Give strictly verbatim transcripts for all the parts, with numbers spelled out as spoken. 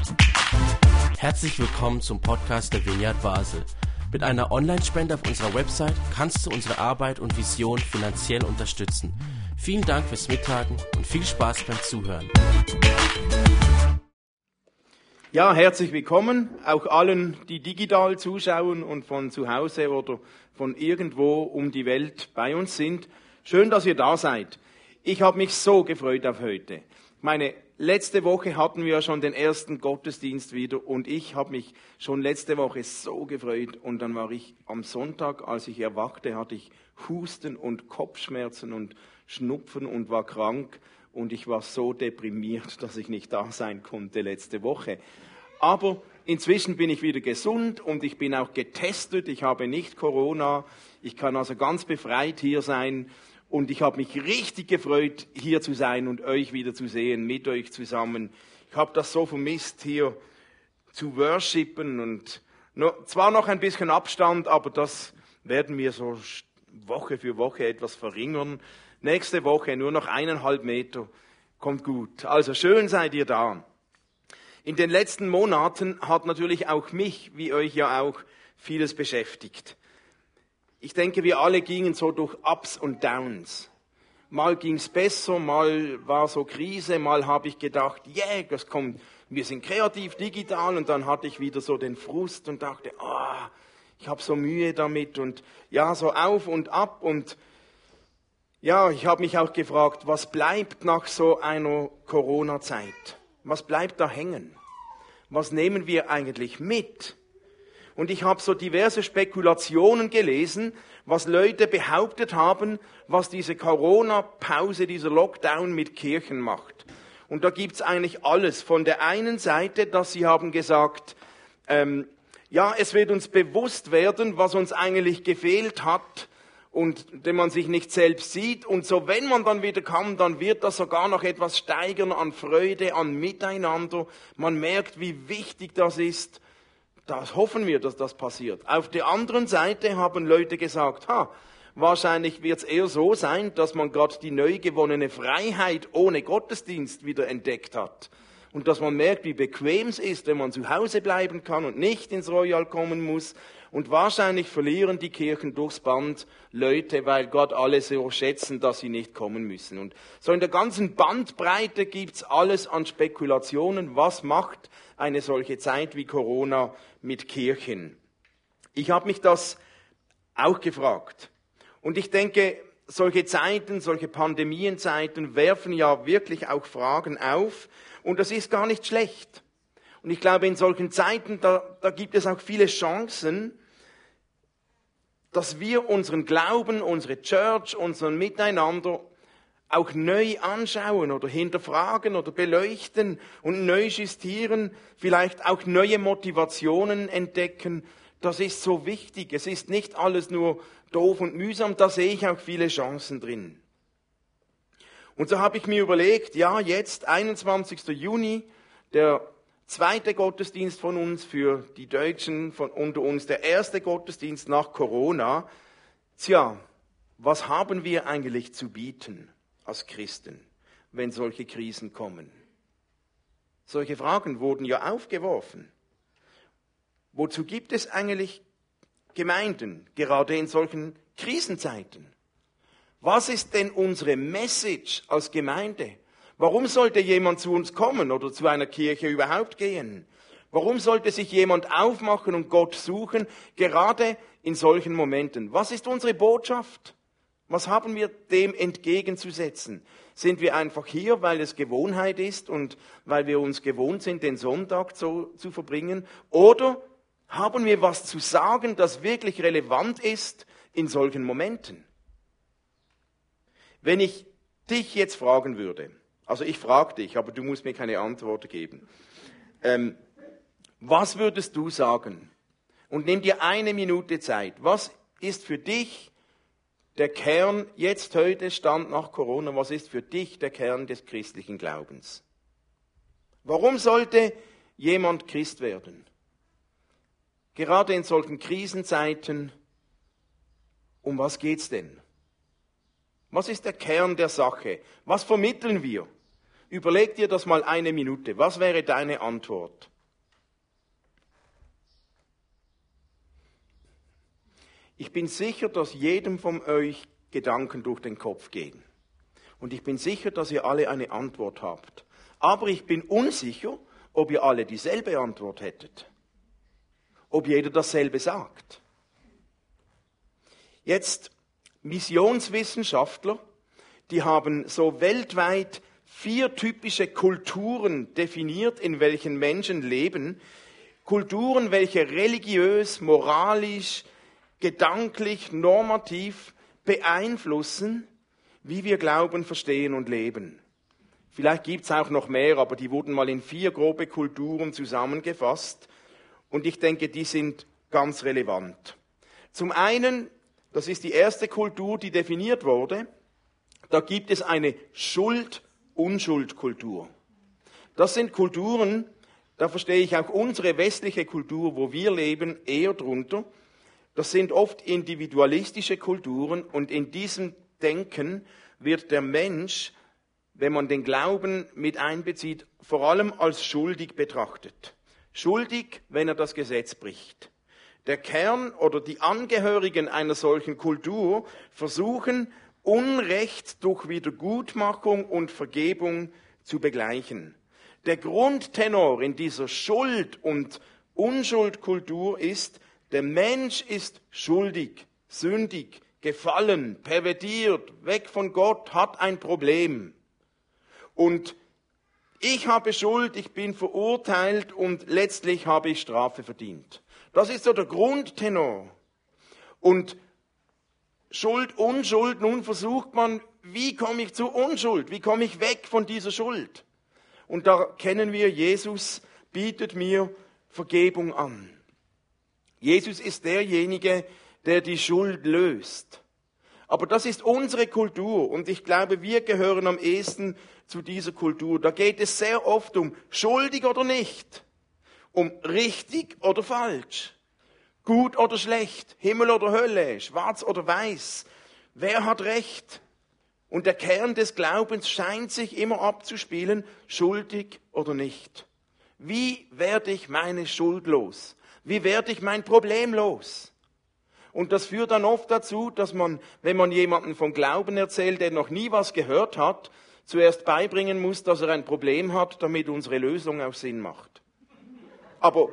Herzlich willkommen zum Podcast der Vineyard Basel. Mit einer Online-Spende auf unserer Website kannst du unsere Arbeit und Vision finanziell unterstützen. Vielen Dank fürs Mittagen und viel Spaß beim Zuhören. Ja, herzlich willkommen, auch allen, die digital zuschauen und von zu Hause oder von irgendwo um die Welt bei uns sind. Schön, dass ihr da seid. Ich habe mich so gefreut auf heute. Meine letzte Woche hatten wir ja schon den ersten Gottesdienst wieder und ich habe mich schon letzte Woche so gefreut. Und dann war ich am Sonntag, als ich erwachte, hatte ich Husten und Kopfschmerzen und Schnupfen und war krank. Und ich war so deprimiert, dass ich nicht da sein konnte letzte Woche. Aber inzwischen bin ich wieder gesund und ich bin auch getestet. Ich habe nicht Corona. Ich kann also ganz befreit hier sein. Und ich habe mich richtig gefreut, hier zu sein und euch wieder zu sehen, mit euch zusammen. Ich habe das so vermisst, hier zu worshipen. Und noch, zwar noch ein bisschen Abstand, aber das werden wir so Woche für Woche etwas verringern. Nächste Woche nur noch eineinhalb Meter, kommt gut. Also schön seid ihr da. In den letzten Monaten hat natürlich auch mich, wie euch ja auch, vieles beschäftigt. Ich denke, wir alle gingen so durch Ups und Downs. Mal ging's besser, mal war so Krise, mal habe ich gedacht, yeah, das kommt, wir sind kreativ, digital, und dann hatte ich wieder so den Frust und dachte, ah, oh, ich habe so Mühe damit und ja, so auf und ab. Und ja, ich habe mich auch gefragt, was bleibt nach so einer Corona-Zeit? Was bleibt da hängen? Was nehmen wir eigentlich mit? Und ich habe so diverse Spekulationen gelesen, was Leute behauptet haben, was diese Corona-Pause, dieser Lockdown mit Kirchen macht. Und da gibt's eigentlich alles. Von der einen Seite, dass sie haben gesagt, ähm, ja, es wird uns bewusst werden, was uns eigentlich gefehlt hat und den man sich nicht selbst sieht. Und so, wenn man dann wieder kann, dann wird das sogar noch etwas steigern an Freude, an Miteinander. Man merkt, wie wichtig das ist. Das hoffen wir, dass das passiert. Auf der anderen Seite haben Leute gesagt, ha, wahrscheinlich wird es eher so sein, dass man gerade die neu gewonnene Freiheit ohne Gottesdienst wieder entdeckt hat. Und dass man merkt, wie bequem es ist, wenn man zu Hause bleiben kann und nicht ins Royal kommen muss. Und wahrscheinlich verlieren die Kirchen durchs Band Leute, weil Gott alle so schätzen, dass sie nicht kommen müssen. Und so in der ganzen Bandbreite gibt's alles an Spekulationen. Was macht eine solche Zeit wie Corona mit Kirchen? Ich habe mich das auch gefragt. Und ich denke, solche Zeiten, solche Pandemienzeiten werfen ja wirklich auch Fragen auf. Und das ist gar nicht schlecht. Und ich glaube, in solchen Zeiten, da, da gibt es auch viele Chancen, dass wir unseren Glauben, unsere Church, unseren Miteinander auch neu anschauen oder hinterfragen oder beleuchten und neu justieren, vielleicht auch neue Motivationen entdecken. Das ist so wichtig. Es ist nicht alles nur doof und mühsam, da sehe ich auch viele Chancen drin. Und so habe ich mir überlegt, ja, jetzt, einundzwanzigsten Juni, der zweite Gottesdienst von uns für die Deutschen von unter uns, der erste Gottesdienst nach Corona. Tja, was haben wir eigentlich zu bieten als Christen, wenn solche Krisen kommen? Solche Fragen wurden ja aufgeworfen. Wozu gibt es eigentlich Gemeinden, gerade in solchen Krisenzeiten? Was ist denn unsere Message als Gemeinde? Warum sollte jemand zu uns kommen oder zu einer Kirche überhaupt gehen? Warum sollte sich jemand aufmachen und Gott suchen, gerade in solchen Momenten? Was ist unsere Botschaft? Was haben wir dem entgegenzusetzen? Sind wir einfach hier, weil es Gewohnheit ist und weil wir uns gewohnt sind, den Sonntag so zu verbringen? Oder haben wir was zu sagen, das wirklich relevant ist in solchen Momenten? Wenn ich dich jetzt fragen würde, also ich frage dich, aber du musst mir keine Antwort geben. Ähm, was würdest du sagen? Und nimm dir eine Minute Zeit. Was ist für dich der Kern, jetzt heute, Stand nach Corona, was ist für dich der Kern des christlichen Glaubens? Warum sollte jemand Christ werden? Gerade in solchen Krisenzeiten, um was geht's denn? Was ist der Kern der Sache? Was vermitteln wir? Überleg dir das mal eine Minute. Was wäre deine Antwort? Ich bin sicher, dass jedem von euch Gedanken durch den Kopf gehen. Und ich bin sicher, dass ihr alle eine Antwort habt. Aber ich bin unsicher, ob ihr alle dieselbe Antwort hättet. Ob jeder dasselbe sagt. Jetzt Missionswissenschaftler, die haben so weltweit vier typische Kulturen definiert, in welchen Menschen leben. Kulturen, welche religiös, moralisch, gedanklich, normativ beeinflussen, wie wir glauben, verstehen und leben. Vielleicht gibt es auch noch mehr, aber die wurden mal in vier grobe Kulturen zusammengefasst. Und ich denke, die sind ganz relevant. Zum einen, das ist die erste Kultur, die definiert wurde, da gibt es eine Schuld-Unschuld-Kultur. Das sind Kulturen, da verstehe ich auch unsere westliche Kultur, wo wir leben, eher drunter. Das sind oft individualistische Kulturen und in diesem Denken wird der Mensch, wenn man den Glauben mit einbezieht, vor allem als schuldig betrachtet. Schuldig, wenn er das Gesetz bricht. Der Kern oder die Angehörigen einer solchen Kultur versuchen, Unrecht durch Wiedergutmachung und Vergebung zu begleichen. Der Grundtenor in dieser Schuld- und Unschuldkultur ist, der Mensch ist schuldig, sündig, gefallen, pervertiert, weg von Gott, hat ein Problem. Und ich habe Schuld, ich bin verurteilt und letztlich habe ich Strafe verdient. Das ist so der Grundtenor. Und Schuld, Unschuld, nun versucht man, wie komme ich zu Unschuld? Wie komme ich weg von dieser Schuld? Und da kennen wir, Jesus bietet mir Vergebung an. Jesus ist derjenige, der die Schuld löst. Aber das ist unsere Kultur und ich glaube, wir gehören am ehesten zu dieser Kultur. Da geht es sehr oft um schuldig oder nicht, um richtig oder falsch, gut oder schlecht, Himmel oder Hölle, schwarz oder weiß. Wer hat Recht? Und der Kern des Glaubens scheint sich immer abzuspielen, schuldig oder nicht. Wie werde ich meine Schuld los? Wie werde ich mein Problem los? Und das führt dann oft dazu, dass man, wenn man jemandem vom Glauben erzählt, der noch nie was gehört hat, zuerst beibringen muss, dass er ein Problem hat, damit unsere Lösung auch Sinn macht. Aber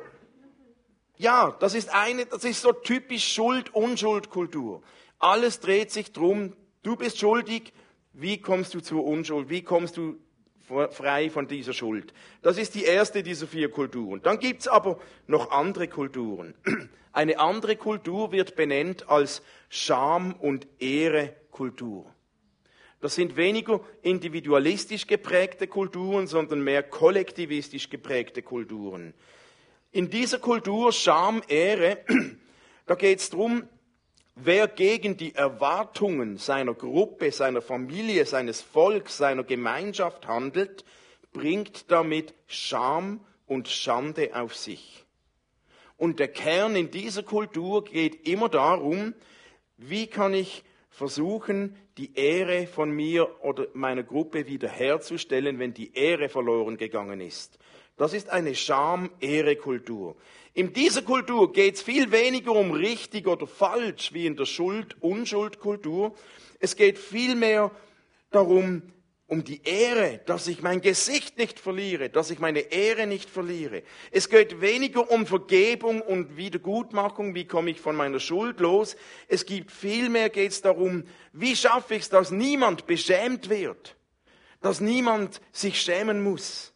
ja, das ist eine, das ist so typisch Schuld-Unschuld-Kultur. Alles dreht sich drum, du bist schuldig, wie kommst du zur Unschuld, wie kommst du frei von dieser Schuld. Das ist die erste dieser vier Kulturen. Dann gibt's aber noch andere Kulturen. Eine andere Kultur wird benannt als Scham- und Ehre-Kultur. Das sind weniger individualistisch geprägte Kulturen, sondern mehr kollektivistisch geprägte Kulturen. In dieser Kultur Scham, Ehre, da geht's drum, wer gegen die Erwartungen seiner Gruppe, seiner Familie, seines Volks, seiner Gemeinschaft handelt, bringt damit Scham und Schande auf sich. Und der Kern in dieser Kultur geht immer darum, wie kann ich versuchen, die Ehre von mir oder meiner Gruppe wiederherzustellen, wenn die Ehre verloren gegangen ist. Das ist eine Scham-Ehre-Kultur. In dieser Kultur geht es viel weniger um richtig oder falsch wie in der Schuld-Unschuld-Kultur. Es geht vielmehr darum, um die Ehre, dass ich mein Gesicht nicht verliere, dass ich meine Ehre nicht verliere. Es geht weniger um Vergebung und Wiedergutmachung, wie komme ich von meiner Schuld los. Es gibt vielmehr geht es darum, wie schaffe ich es, dass niemand beschämt wird, dass niemand sich schämen muss.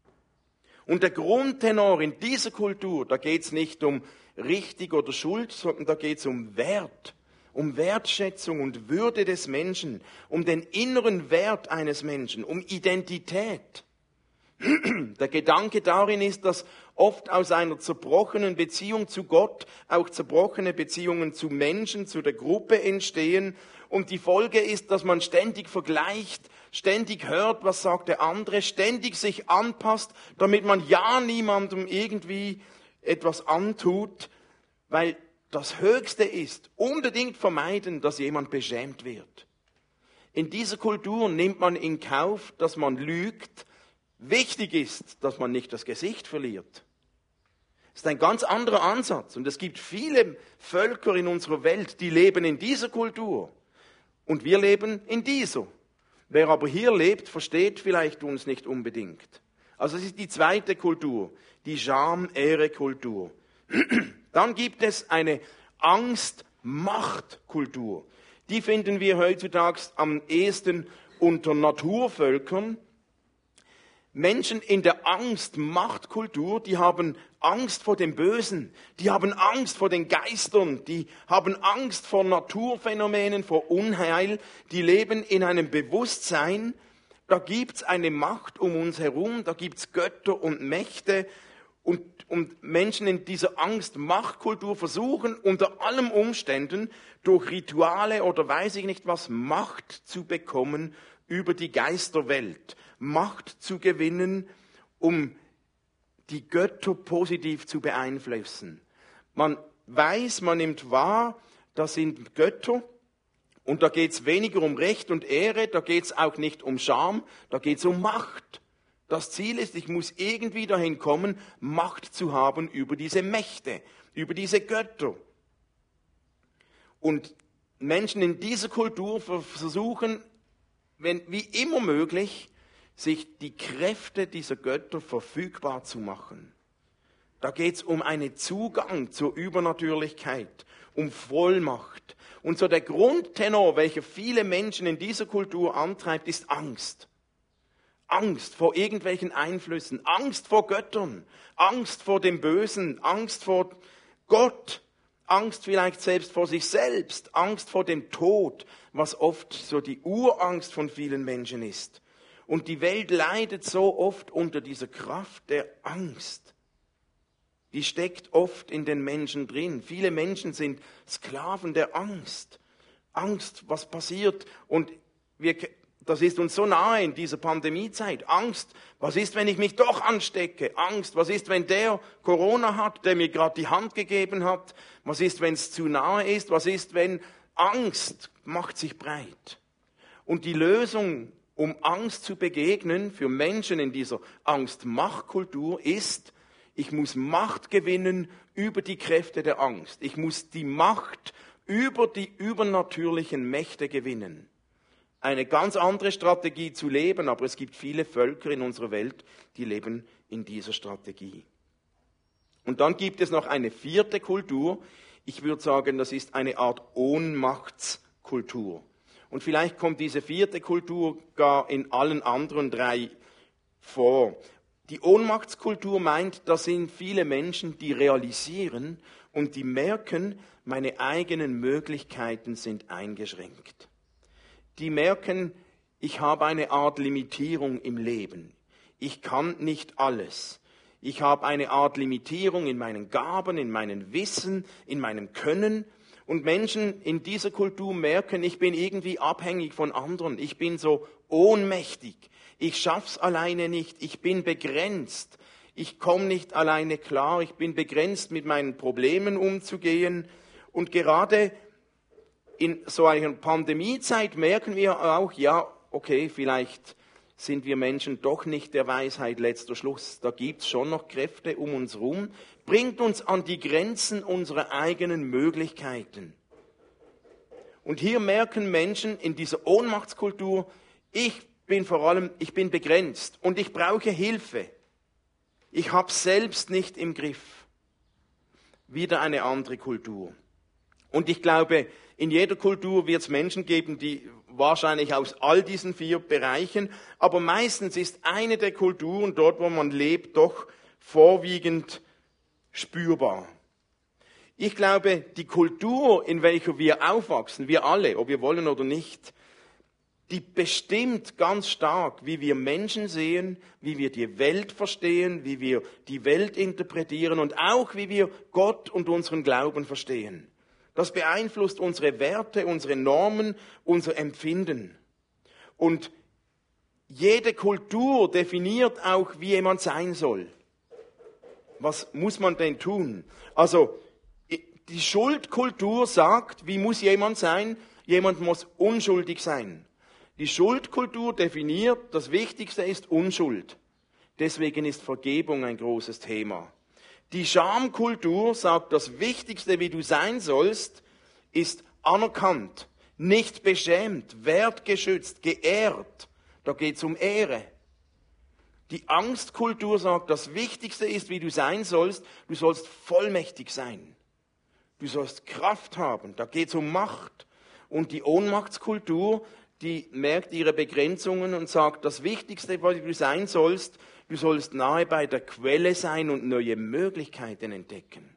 Und der Grundtenor in dieser Kultur, da geht es nicht um richtig oder Schuld, sondern da geht es um Wert, um Wertschätzung und Würde des Menschen, um den inneren Wert eines Menschen, um Identität. Der Gedanke darin ist, dass oft aus einer zerbrochenen Beziehung zu Gott auch zerbrochene Beziehungen zu Menschen, zu der Gruppe entstehen. Und die Folge ist, dass man ständig vergleicht, ständig hört, was sagt der andere, ständig sich anpasst, damit man ja niemandem irgendwie etwas antut, weil das Höchste ist, unbedingt vermeiden, dass jemand beschämt wird. In dieser Kultur nimmt man in Kauf, dass man lügt. Wichtig ist, dass man nicht das Gesicht verliert. Das ist ein ganz anderer Ansatz. Und es gibt viele Völker in unserer Welt, die leben in dieser Kultur. Und wir leben in dieser. Wer aber hier lebt, versteht vielleicht uns nicht unbedingt. Also es ist die zweite Kultur, die Scham-Ehre-Kultur. Dann gibt es eine Angst-Macht-Kultur. Die finden wir heutzutage am ehesten unter Naturvölkern. Menschen in der Angst-Macht-Kultur, die haben Angst vor dem Bösen, die haben Angst vor den Geistern, die haben Angst vor Naturphänomenen, vor Unheil, die leben in einem Bewusstsein, da gibt's eine Macht um uns herum, da gibt's Götter und Mächte und, und Menschen in dieser Angst-Macht-Kultur versuchen unter allen Umständen durch Rituale oder weiß ich nicht was Macht zu bekommen über die Geisterwelt, Macht zu gewinnen, um die Götter positiv zu beeinflussen. Man weiß, man nimmt wahr, das sind Götter und da geht es weniger um Recht und Ehre, da geht es auch nicht um Scham, da geht es um Macht. Das Ziel ist, ich muss irgendwie dahin kommen, Macht zu haben über diese Mächte, über diese Götter. Und Menschen in dieser Kultur versuchen, wenn, wie immer möglich, sich die Kräfte dieser Götter verfügbar zu machen. Da geht es um einen Zugang zur Übernatürlichkeit, um Vollmacht. Und so der Grundtenor, welcher viele Menschen in dieser Kultur antreibt, ist Angst. Angst vor irgendwelchen Einflüssen, Angst vor Göttern, Angst vor dem Bösen, Angst vor Gott, Angst vielleicht selbst vor sich selbst, Angst vor dem Tod, was oft so die Urangst von vielen Menschen ist. Und die Welt leidet so oft unter dieser Kraft der Angst. Die steckt oft in den Menschen drin. Viele Menschen sind Sklaven der Angst. Angst, was passiert? Und wir, das ist uns so nahe in dieser Pandemiezeit. Angst, was ist, wenn ich mich doch anstecke? Angst, was ist, wenn der Corona hat, der mir gerade die Hand gegeben hat? Was ist, wenn es zu nahe ist? Was ist, wenn Angst macht sich breit? Und die Lösung, um Angst zu begegnen, für Menschen in dieser Angst-Macht-Kultur ist, ich muss Macht gewinnen über die Kräfte der Angst. Ich muss die Macht über die übernatürlichen Mächte gewinnen. Eine ganz andere Strategie zu leben, aber es gibt viele Völker in unserer Welt, die leben in dieser Strategie. Und dann gibt es noch eine vierte Kultur. Ich würde sagen, das ist eine Art Ohnmachtskultur. Und vielleicht kommt diese vierte Kultur gar in allen anderen drei vor. Die Ohnmachtskultur meint, da sind viele Menschen, die realisieren und die merken, meine eigenen Möglichkeiten sind eingeschränkt. Die merken, ich habe eine Art Limitierung im Leben. Ich kann nicht alles. Ich habe eine Art Limitierung in meinen Gaben, in meinem Wissen, in meinem Können. Und Menschen in dieser Kultur merken, ich bin irgendwie abhängig von anderen. Ich bin so ohnmächtig. Ich schaff's alleine nicht. Ich bin begrenzt. Ich komme nicht alleine klar. Ich bin begrenzt, mit meinen Problemen umzugehen. Und gerade in so einer Pandemiezeit merken wir auch, ja, okay, vielleicht sind wir Menschen doch nicht der Weisheit letzter Schluss. Da gibt's schon noch Kräfte um uns rum. Bringt uns an die Grenzen unserer eigenen Möglichkeiten. Und hier merken Menschen in dieser Ohnmachtskultur, ich bin vor allem, ich bin begrenzt und ich brauche Hilfe. Ich habe selbst nicht im Griff. Wieder eine andere Kultur. Und ich glaube, in jeder Kultur wird es Menschen geben, die wahrscheinlich aus all diesen vier Bereichen, aber meistens ist eine der Kulturen dort, wo man lebt, doch vorwiegend spürbar. Ich glaube, die Kultur, in welcher wir aufwachsen, wir alle, ob wir wollen oder nicht, die bestimmt ganz stark, wie wir Menschen sehen, wie wir die Welt verstehen, wie wir die Welt interpretieren und auch wie wir Gott und unseren Glauben verstehen. Das beeinflusst unsere Werte, unsere Normen, unser Empfinden. Und jede Kultur definiert auch, wie jemand sein soll. Was muss man denn tun? Also, die Schuldkultur sagt, wie muss jemand sein? Jemand muss unschuldig sein. Die Schuldkultur definiert, das Wichtigste ist Unschuld. Deswegen ist Vergebung ein großes Thema. Die Schamkultur sagt, das Wichtigste, wie du sein sollst, ist anerkannt, nicht beschämt, wertgeschützt, geehrt. Da geht es um Ehre. Die Angstkultur sagt, das Wichtigste ist, wie du sein sollst, du sollst vollmächtig sein. Du sollst Kraft haben, da geht es um Macht. Und die Ohnmachtskultur, die merkt ihre Begrenzungen und sagt, das Wichtigste, was du sein sollst, du sollst nahe bei der Quelle sein und neue Möglichkeiten entdecken.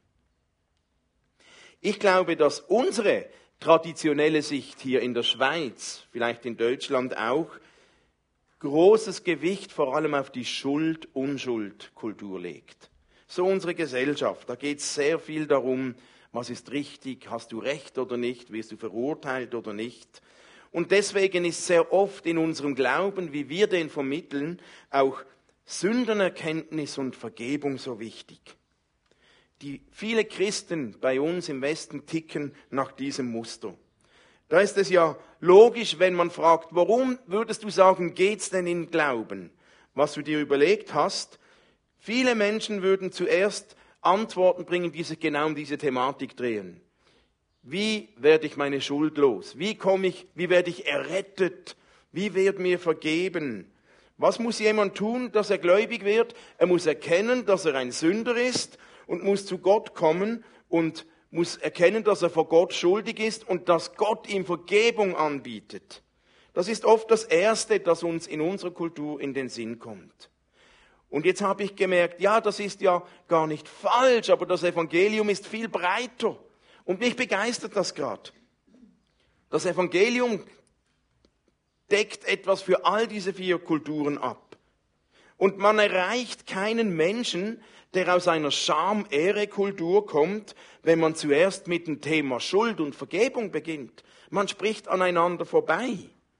Ich glaube, dass unsere traditionelle Sicht hier in der Schweiz, vielleicht in Deutschland auch, großes Gewicht vor allem auf die Schuld-Unschuld-Kultur legt. So unsere Gesellschaft, da geht es sehr viel darum, was ist richtig, hast du recht oder nicht, wirst du verurteilt oder nicht. Und deswegen ist sehr oft in unserem Glauben, wie wir den vermitteln, auch Sündenerkenntnis und Vergebung so wichtig. Die viele Christen bei uns im Westen ticken nach diesem Muster. Da ist es ja logisch, wenn man fragt, warum würdest du sagen, geht's denn in Glauben? Was du dir überlegt hast, viele Menschen würden zuerst Antworten bringen, die sich genau um diese Thematik drehen. Wie werde ich meine Schuld los? Wie komme ich, wie werde ich errettet? Wie wird mir vergeben? Was muss jemand tun, dass er gläubig wird? Er muss erkennen, dass er ein Sünder ist und muss zu Gott kommen und muss erkennen, dass er vor Gott schuldig ist und dass Gott ihm Vergebung anbietet. Das ist oft das Erste, das uns in unserer Kultur in den Sinn kommt. Und jetzt habe ich gemerkt, ja, das ist ja gar nicht falsch, aber das Evangelium ist viel breiter. Und mich begeistert das gerade. Das Evangelium deckt etwas für all diese vier Kulturen ab. Und man erreicht keinen Menschen, der aus einer Scham-Ehre-Kultur kommt, wenn man zuerst mit dem Thema Schuld und Vergebung beginnt. Man spricht aneinander vorbei.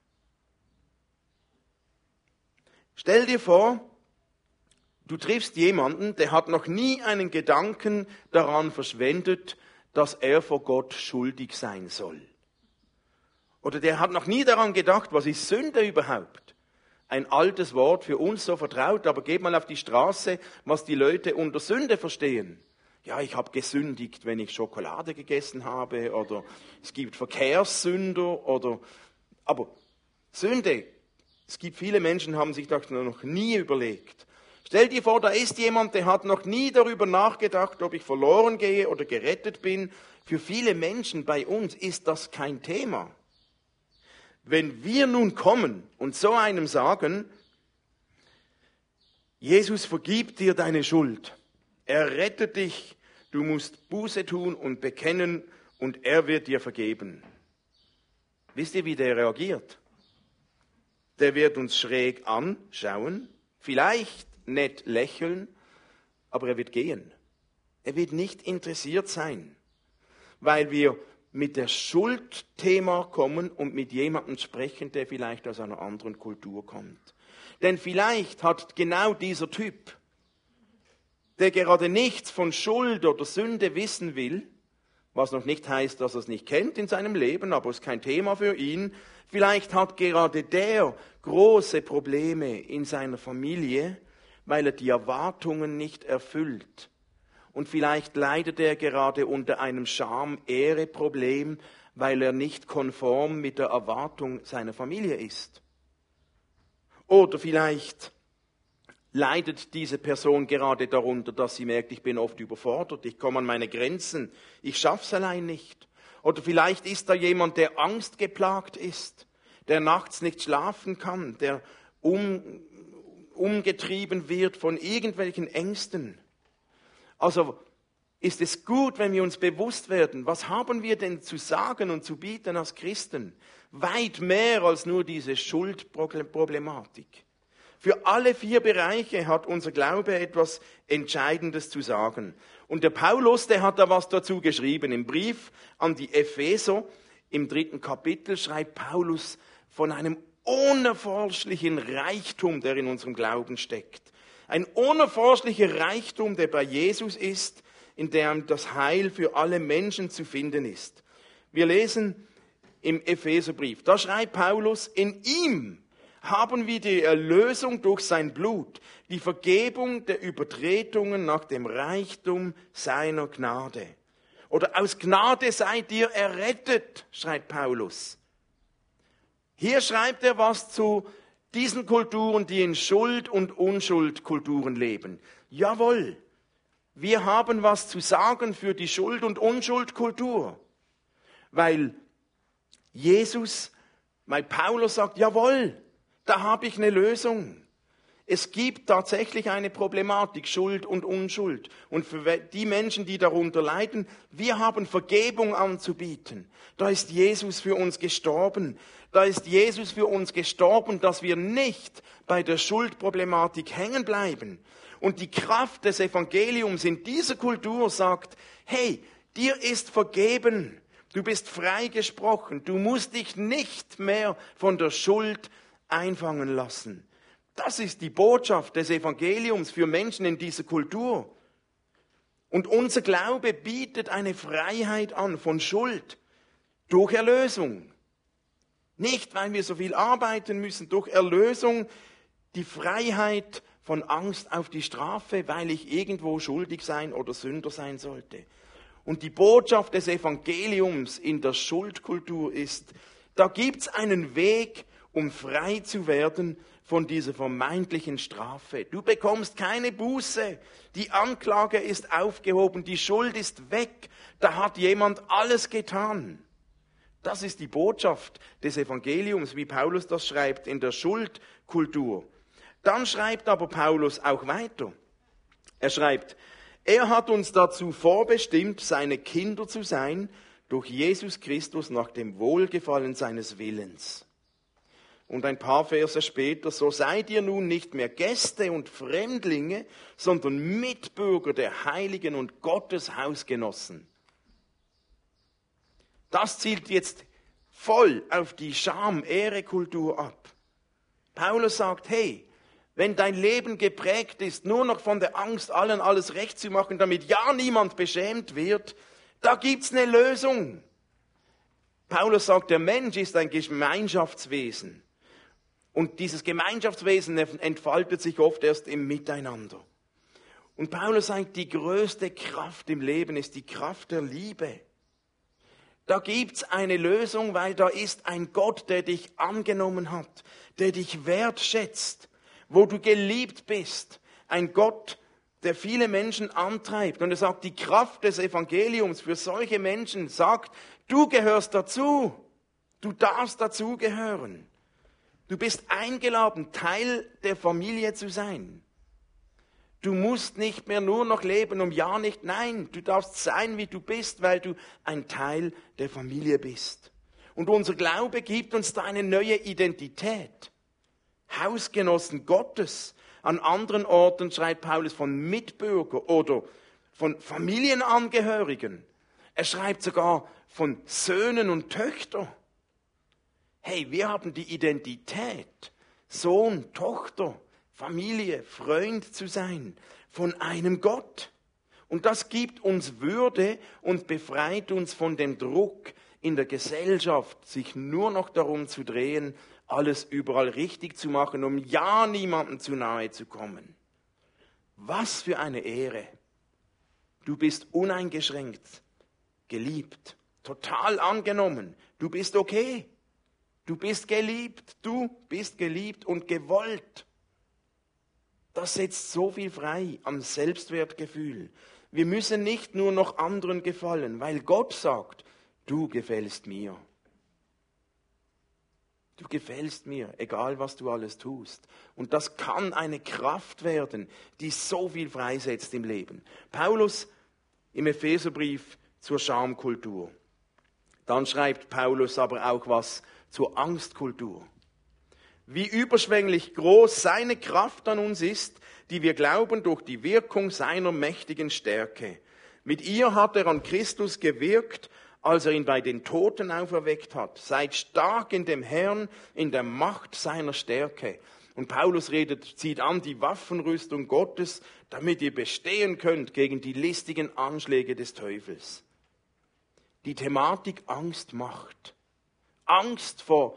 Stell dir vor, du triffst jemanden, der hat noch nie einen Gedanken daran verschwendet, dass er vor Gott schuldig sein soll. Oder der hat noch nie daran gedacht, was ist Sünde überhaupt? Ein altes Wort, für uns so vertraut, aber geht mal auf die Straße, was die Leute unter Sünde verstehen. Ja, ich habe gesündigt, wenn ich Schokolade gegessen habe, oder es gibt Verkehrssünder, oder, aber Sünde, es gibt viele Menschen, haben sich das noch nie überlegt. Stell dir vor, da ist jemand, der hat noch nie darüber nachgedacht, ob ich verloren gehe oder gerettet bin. Für viele Menschen bei uns ist das kein Thema. Wenn wir nun kommen und so einem sagen, Jesus vergibt dir deine Schuld, er rettet dich, du musst Buße tun und bekennen und er wird dir vergeben. Wisst ihr, wie der reagiert? Der wird uns schräg anschauen, vielleicht nett lächeln, aber er wird gehen. Er wird nicht interessiert sein, weil wir mit der Schuldthema kommen und mit jemandem sprechen, der vielleicht aus einer anderen Kultur kommt. Denn vielleicht hat genau dieser Typ, der gerade nichts von Schuld oder Sünde wissen will, was noch nicht heißt, dass er es nicht kennt in seinem Leben, aber es ist kein Thema für ihn, vielleicht hat gerade der große Probleme in seiner Familie, weil er die Erwartungen nicht erfüllt. Und vielleicht leidet er gerade unter einem Scham-Ehre-Problem, weil er nicht konform mit der Erwartung seiner Familie ist. Oder vielleicht leidet diese Person gerade darunter, dass sie merkt, ich bin oft überfordert, ich komme an meine Grenzen, ich schaff's allein nicht. Oder vielleicht ist da jemand, der angstgeplagt ist, der nachts nicht schlafen kann, der um, umgetrieben wird von irgendwelchen Ängsten. Also ist es gut, wenn wir uns bewusst werden, was haben wir denn zu sagen und zu bieten als Christen? Weit mehr als nur diese Schuldproblematik. Für alle vier Bereiche hat unser Glaube etwas Entscheidendes zu sagen. Und der Paulus, der hat da was dazu geschrieben. Im Brief an die Epheser, im dritten Kapitel, schreibt Paulus von einem unerforschlichen Reichtum, der in unserem Glauben steckt. Ein unerforschlicher Reichtum, der bei Jesus ist, in dem das Heil für alle Menschen zu finden ist. Wir lesen im Epheserbrief, da schreibt Paulus, in ihm haben wir die Erlösung durch sein Blut, die Vergebung der Übertretungen nach dem Reichtum seiner Gnade. Oder aus Gnade seid ihr errettet, schreibt Paulus. Hier schreibt er was zu diesen Kulturen, die in Schuld- und Unschuldkulturen leben. Jawohl, wir haben was zu sagen für die Schuld- und Unschuldkultur. Weil Jesus, weil Paulus sagt, jawohl, da habe ich eine Lösung. Es gibt tatsächlich eine Problematik, Schuld und Unschuld. Und für die Menschen, die darunter leiden, wir haben Vergebung anzubieten. Da ist Jesus für uns gestorben. Da ist Jesus für uns gestorben, dass wir nicht bei der Schuldproblematik hängen bleiben. Und die Kraft des Evangeliums in dieser Kultur sagt, hey, dir ist vergeben. Du bist freigesprochen. Du musst dich nicht mehr von der Schuld einfangen lassen. Das ist die Botschaft des Evangeliums für Menschen in dieser Kultur. Und unser Glaube bietet eine Freiheit an von Schuld durch Erlösung. Nicht, weil wir so viel arbeiten müssen, durch Erlösung die Freiheit von Angst auf die Strafe, weil ich irgendwo schuldig sein oder Sünder sein sollte. Und die Botschaft des Evangeliums in der Schuldkultur ist, da gibt's einen Weg, um frei zu werden von dieser vermeintlichen Strafe. Du bekommst keine Buße. Die Anklage ist aufgehoben, die Schuld ist weg. Da hat jemand alles getan. Das ist die Botschaft des Evangeliums, wie Paulus das schreibt in der Schuldkultur. Dann schreibt aber Paulus auch weiter. Er schreibt, er hat uns dazu vorbestimmt, seine Kinder zu sein, durch Jesus Christus nach dem Wohlgefallen seines Willens. Und ein paar Verse später, so seid ihr nun nicht mehr Gäste und Fremdlinge, sondern Mitbürger der Heiligen und Gottes Hausgenossen. Das zielt jetzt voll auf die Scham-Ehre-Kultur ab. Paulus sagt, hey, wenn dein Leben geprägt ist, nur noch von der Angst, allen alles recht zu machen, damit ja niemand beschämt wird, da gibt's eine Lösung. Paulus sagt, der Mensch ist ein Gemeinschaftswesen. Und dieses Gemeinschaftswesen entfaltet sich oft erst im Miteinander. Und Paulus sagt, die größte Kraft im Leben ist die Kraft der Liebe. Da gibt's eine Lösung, weil da ist ein Gott, der dich angenommen hat, der dich wertschätzt, wo du geliebt bist. Ein Gott, der viele Menschen antreibt. Und er sagt, die Kraft des Evangeliums für solche Menschen sagt, du gehörst dazu. Du darfst dazugehören. Du bist eingeladen, Teil der Familie zu sein. Du musst nicht mehr nur noch leben, um ja nicht, nein, du darfst sein, wie du bist, weil du ein Teil der Familie bist. Und unser Glaube gibt uns da eine neue Identität. Hausgenossen Gottes. An anderen Orten schreibt Paulus von Mitbürger oder von Familienangehörigen. Er schreibt sogar von Söhnen und Töchtern. Hey, wir haben die Identität, Sohn, Tochter, Familie, Freund zu sein von einem Gott. Und das gibt uns Würde und befreit uns von dem Druck in der Gesellschaft, sich nur noch darum zu drehen, alles überall richtig zu machen, um ja niemandem zu nahe zu kommen. Was für eine Ehre. Du bist uneingeschränkt geliebt, total angenommen. Du bist okay. Du bist geliebt, du bist geliebt und gewollt. Das setzt so viel frei am Selbstwertgefühl. Wir müssen nicht nur noch anderen gefallen, weil Gott sagt, du gefällst mir. Du gefällst mir, egal was du alles tust. Und das kann eine Kraft werden, die so viel freisetzt im Leben. Paulus im Epheserbrief zur Schamkultur. Dann schreibt Paulus aber auch was zur Angstkultur. Wie überschwänglich groß seine Kraft an uns ist, die wir glauben durch die Wirkung seiner mächtigen Stärke. Mit ihr hat er an Christus gewirkt, als er ihn bei den Toten auferweckt hat. Seid stark in dem Herrn, in der Macht seiner Stärke. Und Paulus redet, zieht an die Waffenrüstung Gottes, damit ihr bestehen könnt gegen die listigen Anschläge des Teufels. Die Thematik Angst macht. Angst vor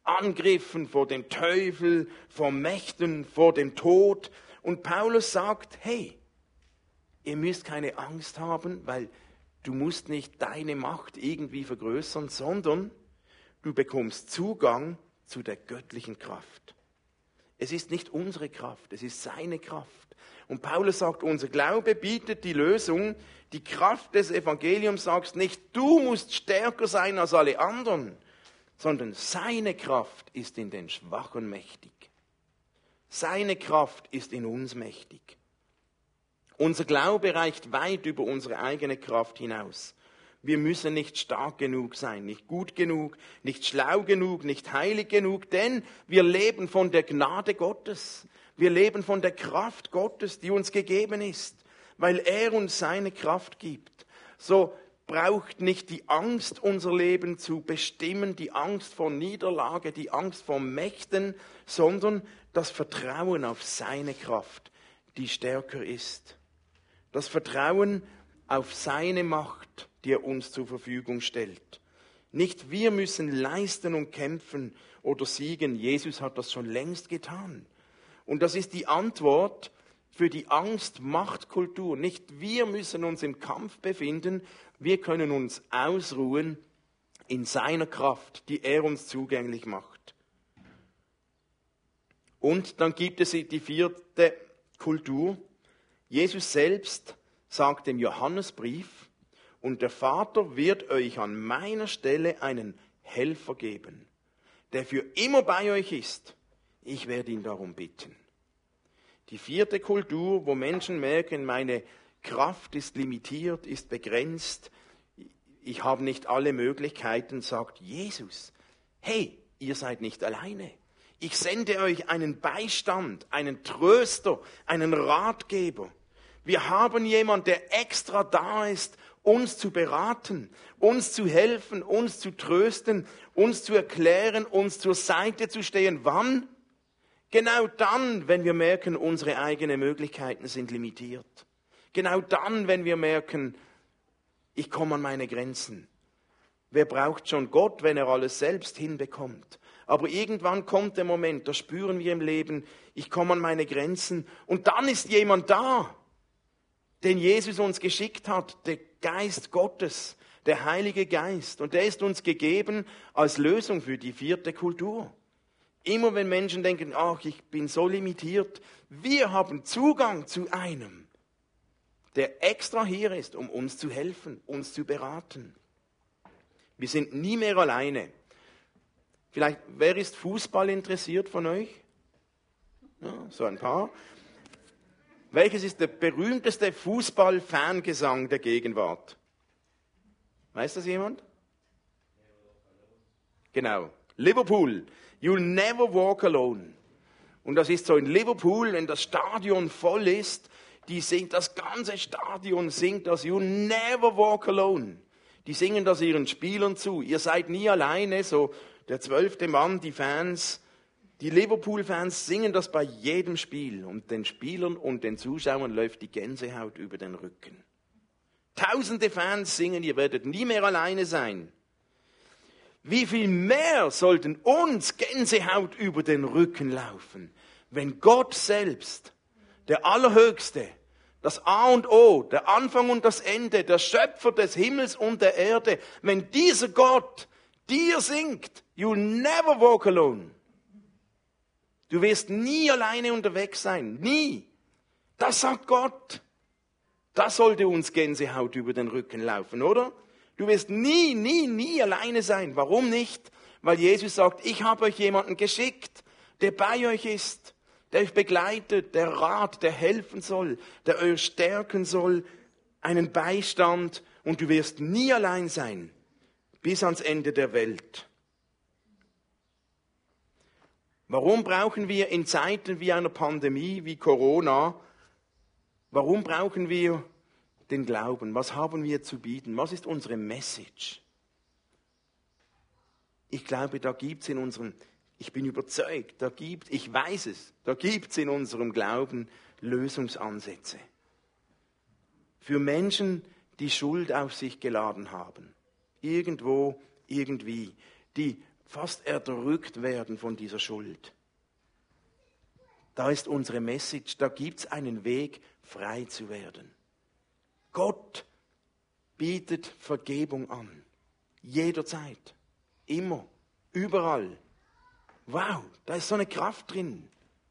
Angriffen, vor dem Teufel, vor Mächten, vor dem Tod. Und Paulus sagt, hey, ihr müsst keine Angst haben, weil du musst nicht deine Macht irgendwie vergrößern, sondern du bekommst Zugang zu der göttlichen Kraft. Es ist nicht unsere Kraft, es ist seine Kraft. Und Paulus sagt, unser Glaube bietet die Lösung. Die Kraft des Evangeliums sagt nicht, du musst stärker sein als alle anderen, sondern seine Kraft ist in den Schwachen mächtig. Seine Kraft ist in uns mächtig. Unser Glaube reicht weit über unsere eigene Kraft hinaus. Wir müssen nicht stark genug sein, nicht gut genug, nicht schlau genug, nicht heilig genug, denn wir leben von der Gnade Gottes. Wir leben von der Kraft Gottes, die uns gegeben ist, weil er uns seine Kraft gibt. So braucht nicht die Angst, unser Leben zu bestimmen, die Angst vor Niederlage, die Angst vor Mächten, sondern das Vertrauen auf seine Kraft, die stärker ist. Das Vertrauen auf seine Macht, die er uns zur Verfügung stellt. Nicht wir müssen leisten und kämpfen oder siegen. Jesus hat das schon längst getan. Und das ist die Antwort für die Angst-Macht-Kultur. Nicht wir müssen uns im Kampf befinden, wir können uns ausruhen in seiner Kraft, die er uns zugänglich macht. Und dann gibt es die vierte Kultur. Jesus selbst sagt im Johannesbrief, und der Vater wird euch an meiner Stelle einen Helfer geben, der für immer bei euch ist. Ich werde ihn darum bitten. Die vierte Kultur, wo Menschen merken, meine Kraft ist limitiert, ist begrenzt, ich habe nicht alle Möglichkeiten, sagt Jesus, hey, ihr seid nicht alleine. Ich sende euch einen Beistand, einen Tröster, einen Ratgeber. Wir haben jemanden, der extra da ist, uns zu beraten, uns zu helfen, uns zu trösten, uns zu erklären, uns zur Seite zu stehen. Wann? Genau dann, wenn wir merken, unsere eigenen Möglichkeiten sind limitiert. Genau dann, wenn wir merken, ich komme an meine Grenzen. Wer braucht schon Gott, wenn er alles selbst hinbekommt? Aber irgendwann kommt der Moment, da spüren wir im Leben, ich komme an meine Grenzen und dann ist jemand da, den Jesus uns geschickt hat, der Geist Gottes, der Heilige Geist. Und der ist uns gegeben als Lösung für die vierte Kultur. Immer wenn Menschen denken, ach, ich bin so limitiert, wir haben Zugang zu einem, der extra hier ist, um uns zu helfen, uns zu beraten. Wir sind nie mehr alleine. Vielleicht, wer ist Fußball interessiert von euch? Ja, so ein paar. Welches ist der berühmteste Fußball-Fangesang der Gegenwart? Weiß das jemand? Genau. Liverpool. You'll never walk alone. Und das ist so in Liverpool, wenn das Stadion voll ist, die singt, das ganze Stadion singt das, you'll never walk alone. Die singen das ihren Spielern zu. Ihr seid nie alleine, so der zwölfte Mann, die Fans. Die Liverpool-Fans singen das bei jedem Spiel und den Spielern und den Zuschauern läuft die Gänsehaut über den Rücken. Tausende Fans singen, ihr werdet nie mehr alleine sein. Wie viel mehr sollten uns Gänsehaut über den Rücken laufen, wenn Gott selbst, der Allerhöchste, das A und O, der Anfang und das Ende, der Schöpfer des Himmels und der Erde, wenn dieser Gott dir singt, you'll never walk alone. Du wirst nie alleine unterwegs sein. Nie. Das sagt Gott. Das sollte uns Gänsehaut über den Rücken laufen, oder? Du wirst nie, nie, nie alleine sein. Warum nicht? Weil Jesus sagt, ich habe euch jemanden geschickt, der bei euch ist, der euch begleitet, der Rat, der helfen soll, der euch stärken soll, einen Beistand und du wirst nie allein sein, bis ans Ende der Welt. Warum brauchen wir in Zeiten wie einer Pandemie, wie Corona, warum brauchen wir den Glauben? Was haben wir zu bieten? Was ist unsere Message? Ich glaube, da gibt es in unserem, ich bin überzeugt, da gibt, ich weiß es, da gibt es in unserem Glauben Lösungsansätze. Für Menschen, die Schuld auf sich geladen haben. Irgendwo, irgendwie. Die fast erdrückt werden von dieser Schuld. Da ist unsere Message, da gibt es einen Weg, frei zu werden. Gott bietet Vergebung an. Jederzeit. Immer. Überall. Wow, da ist so eine Kraft drin.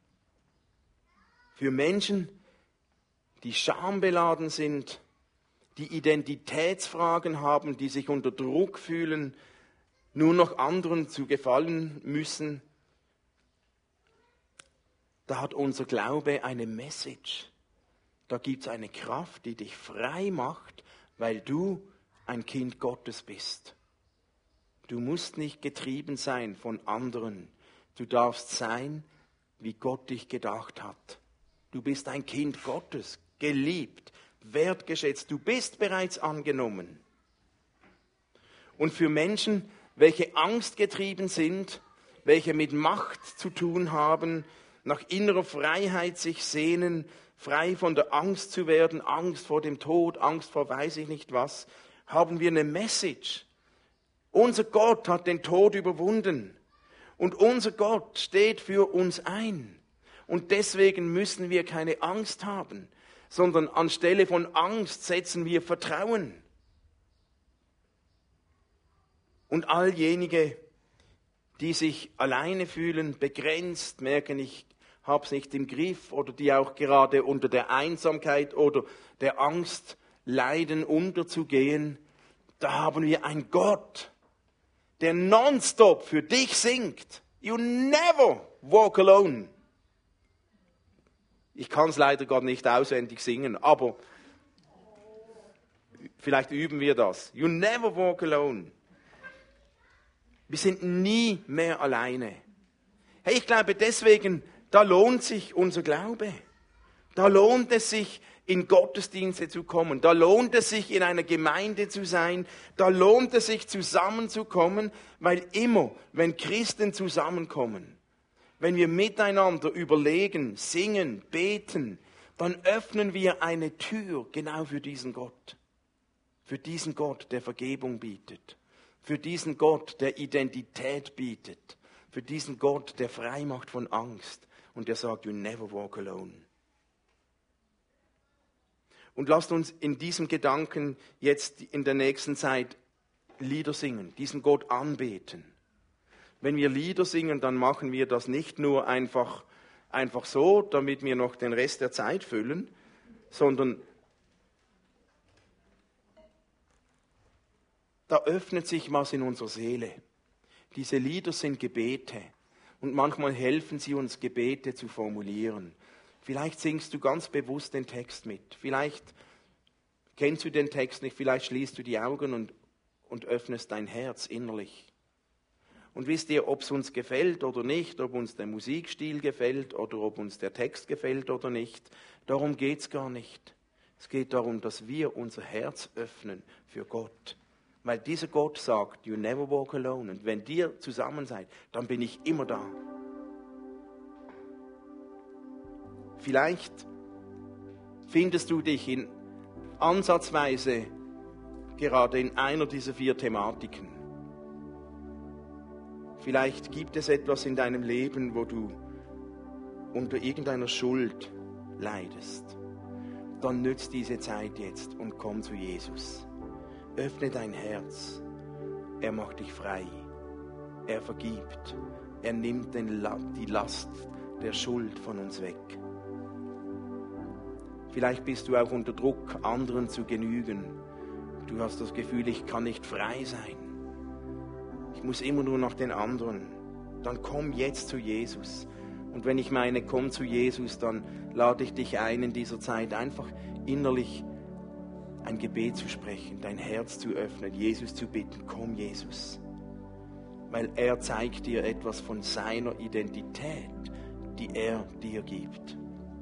Für Menschen, die schambeladen sind, die Identitätsfragen haben, die sich unter Druck fühlen, nur noch anderen zu gefallen müssen, da hat unser Glaube eine Message. Da gibt es eine Kraft, die dich frei macht, weil du ein Kind Gottes bist. Du musst nicht getrieben sein von anderen. Du darfst sein, wie Gott dich gedacht hat. Du bist ein Kind Gottes, geliebt, wertgeschätzt. Du bist bereits angenommen. Und für Menschen, welche angstgetrieben sind, welche mit Macht zu tun haben, nach innerer Freiheit sich sehnen, frei von der Angst zu werden, Angst vor dem Tod, Angst vor weiß ich nicht was, haben wir eine Message. Unser Gott hat den Tod überwunden und unser Gott steht für uns ein. Und deswegen müssen wir keine Angst haben, sondern anstelle von Angst setzen wir Vertrauen. Und all jenige, die sich alleine fühlen, begrenzt, merken, ich habe es nicht im Griff, oder die auch gerade unter der Einsamkeit oder der Angst leiden, unterzugehen, da haben wir einen Gott, der nonstop für dich singt. You never walk alone. Ich kann es leider gerade nicht auswendig singen, aber vielleicht üben wir das. You never walk alone. Wir sind nie mehr alleine. Hey, ich glaube deswegen, da lohnt sich unser Glaube. Da lohnt es sich, in Gottesdienste zu kommen. Da lohnt es sich, in einer Gemeinde zu sein. Da lohnt es sich, zusammenzukommen, weil immer, wenn Christen zusammenkommen, wenn wir miteinander überlegen, singen, beten, dann öffnen wir eine Tür genau für diesen Gott. Für diesen Gott, der Vergebung bietet. Für diesen Gott, der Identität bietet. Für diesen Gott, der frei macht von Angst. Und der sagt, you never walk alone. Und lasst uns in diesem Gedanken jetzt in der nächsten Zeit Lieder singen, diesen Gott anbeten. Wenn wir Lieder singen, dann machen wir das nicht nur einfach, einfach so, damit wir noch den Rest der Zeit füllen, sondern da öffnet sich was in unserer Seele. Diese Lieder sind Gebete und manchmal helfen sie uns, Gebete zu formulieren. Vielleicht singst du ganz bewusst den Text mit. Vielleicht kennst du den Text nicht, vielleicht schließt du die Augen und, und öffnest dein Herz innerlich. Und wisst ihr, ob es uns gefällt oder nicht, ob uns der Musikstil gefällt oder ob uns der Text gefällt oder nicht, darum geht es gar nicht. Es geht darum, dass wir unser Herz öffnen für Gott. Weil dieser Gott sagt, you never walk alone. Und wenn ihr zusammen seid, dann bin ich immer da. Vielleicht findest du dich in ansatzweise gerade in einer dieser vier Thematiken. Vielleicht gibt es etwas in deinem Leben, wo du unter irgendeiner Schuld leidest. Dann nütz diese Zeit jetzt und komm zu Jesus. Öffne dein Herz. Er macht dich frei. Er vergibt. Er nimmt den La- die Last der Schuld von uns weg. Vielleicht bist du auch unter Druck, anderen zu genügen. Du hast das Gefühl, ich kann nicht frei sein. Ich muss immer nur nach den anderen. Dann komm jetzt zu Jesus. Und wenn ich meine, komm zu Jesus, dann lade ich dich ein, in dieser Zeit einfach innerlich ein Gebet zu sprechen, dein Herz zu öffnen, Jesus zu bitten, komm Jesus. Weil er zeigt dir etwas von seiner Identität, die er dir gibt.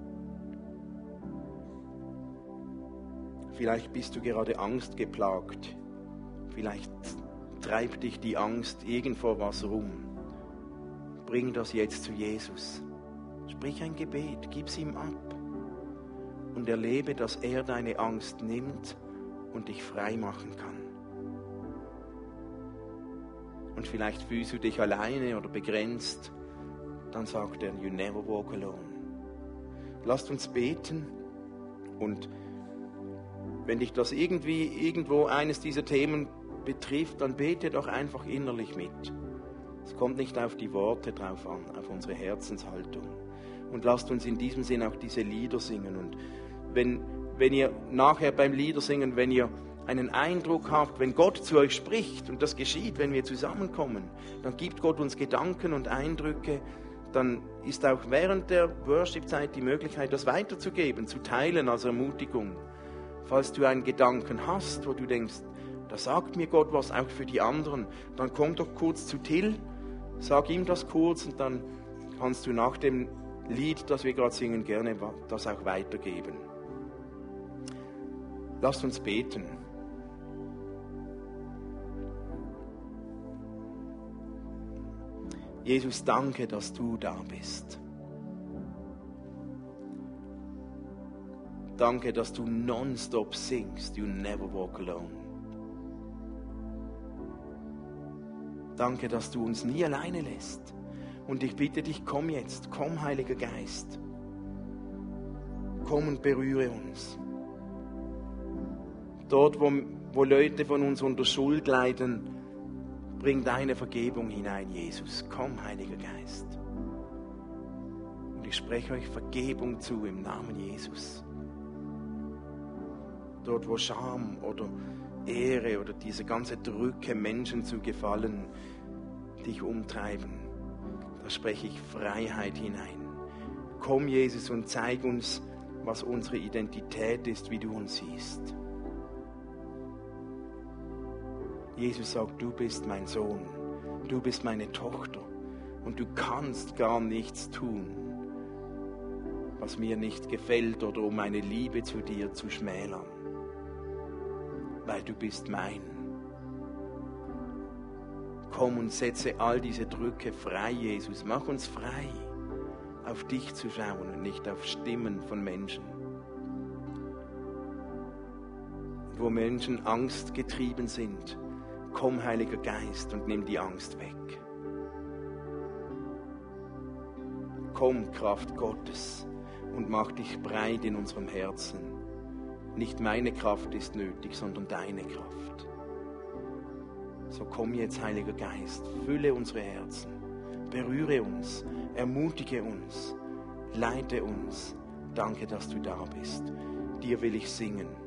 Vielleicht bist du gerade angstgeplagt. Vielleicht treibt dich die Angst irgendwo was rum. Bring das jetzt zu Jesus. Sprich ein Gebet, gib's ihm ab. Und erlebe, dass er deine Angst nimmt und dich frei machen kann. und vielleicht fühlst du dich alleine oder begrenzt, dann sagt er, you never walk alone. Lasst uns beten, und wenn dich das irgendwie irgendwo eines dieser Themen betrifft, dann bete doch einfach innerlich mit. Es kommt nicht auf die Worte drauf an, auf unsere Herzenshaltung. Und lasst uns in diesem Sinn auch diese Lieder singen. Und wenn, wenn ihr nachher beim Liedersingen, wenn ihr einen Eindruck habt, wenn Gott zu euch spricht, und das geschieht, wenn wir zusammenkommen, dann gibt Gott uns Gedanken und Eindrücke, dann ist auch während der Worship-Zeit die Möglichkeit, das weiterzugeben, zu teilen als Ermutigung. Falls du einen Gedanken hast, wo du denkst, da sagt mir Gott was, auch für die anderen, dann komm doch kurz zu Till, sag ihm das kurz, und dann kannst du nach dem Lied, das wir gerade singen, gerne das auch weitergeben. Lasst uns beten. Jesus, danke, dass du da bist. Danke, dass du nonstop singst, you never walk alone. Danke, dass du uns nie alleine lässt. Und ich bitte dich, komm jetzt, komm, Heiliger Geist. Komm und berühre uns. Dort, wo, wo Leute von uns unter Schuld leiden, bring deine Vergebung hinein, Jesus. Komm, Heiliger Geist. Und ich spreche euch Vergebung zu im Namen Jesus. Dort, wo Scham oder Ehre oder diese ganze Drücke, Menschen zu gefallen, dich umtreiben, da spreche ich Freiheit hinein. Komm, Jesus, und zeig uns, was unsere Identität ist, wie du uns siehst. Jesus sagt, du bist mein Sohn, du bist meine Tochter, und du kannst gar nichts tun, was mir nicht gefällt oder um meine Liebe zu dir zu schmälern, weil du bist mein. Komm und setze all diese Drücke frei, Jesus. Mach uns frei, auf dich zu schauen und nicht auf Stimmen von Menschen. Wo Menschen angstgetrieben sind, komm, Heiliger Geist, und nimm die Angst weg. Komm, Kraft Gottes, und mach dich breit in unserem Herzen. Nicht meine Kraft ist nötig, sondern deine Kraft. So komm jetzt, Heiliger Geist, fülle unsere Herzen, berühre uns, ermutige uns, leite uns. Danke, dass du da bist. Dir will ich singen.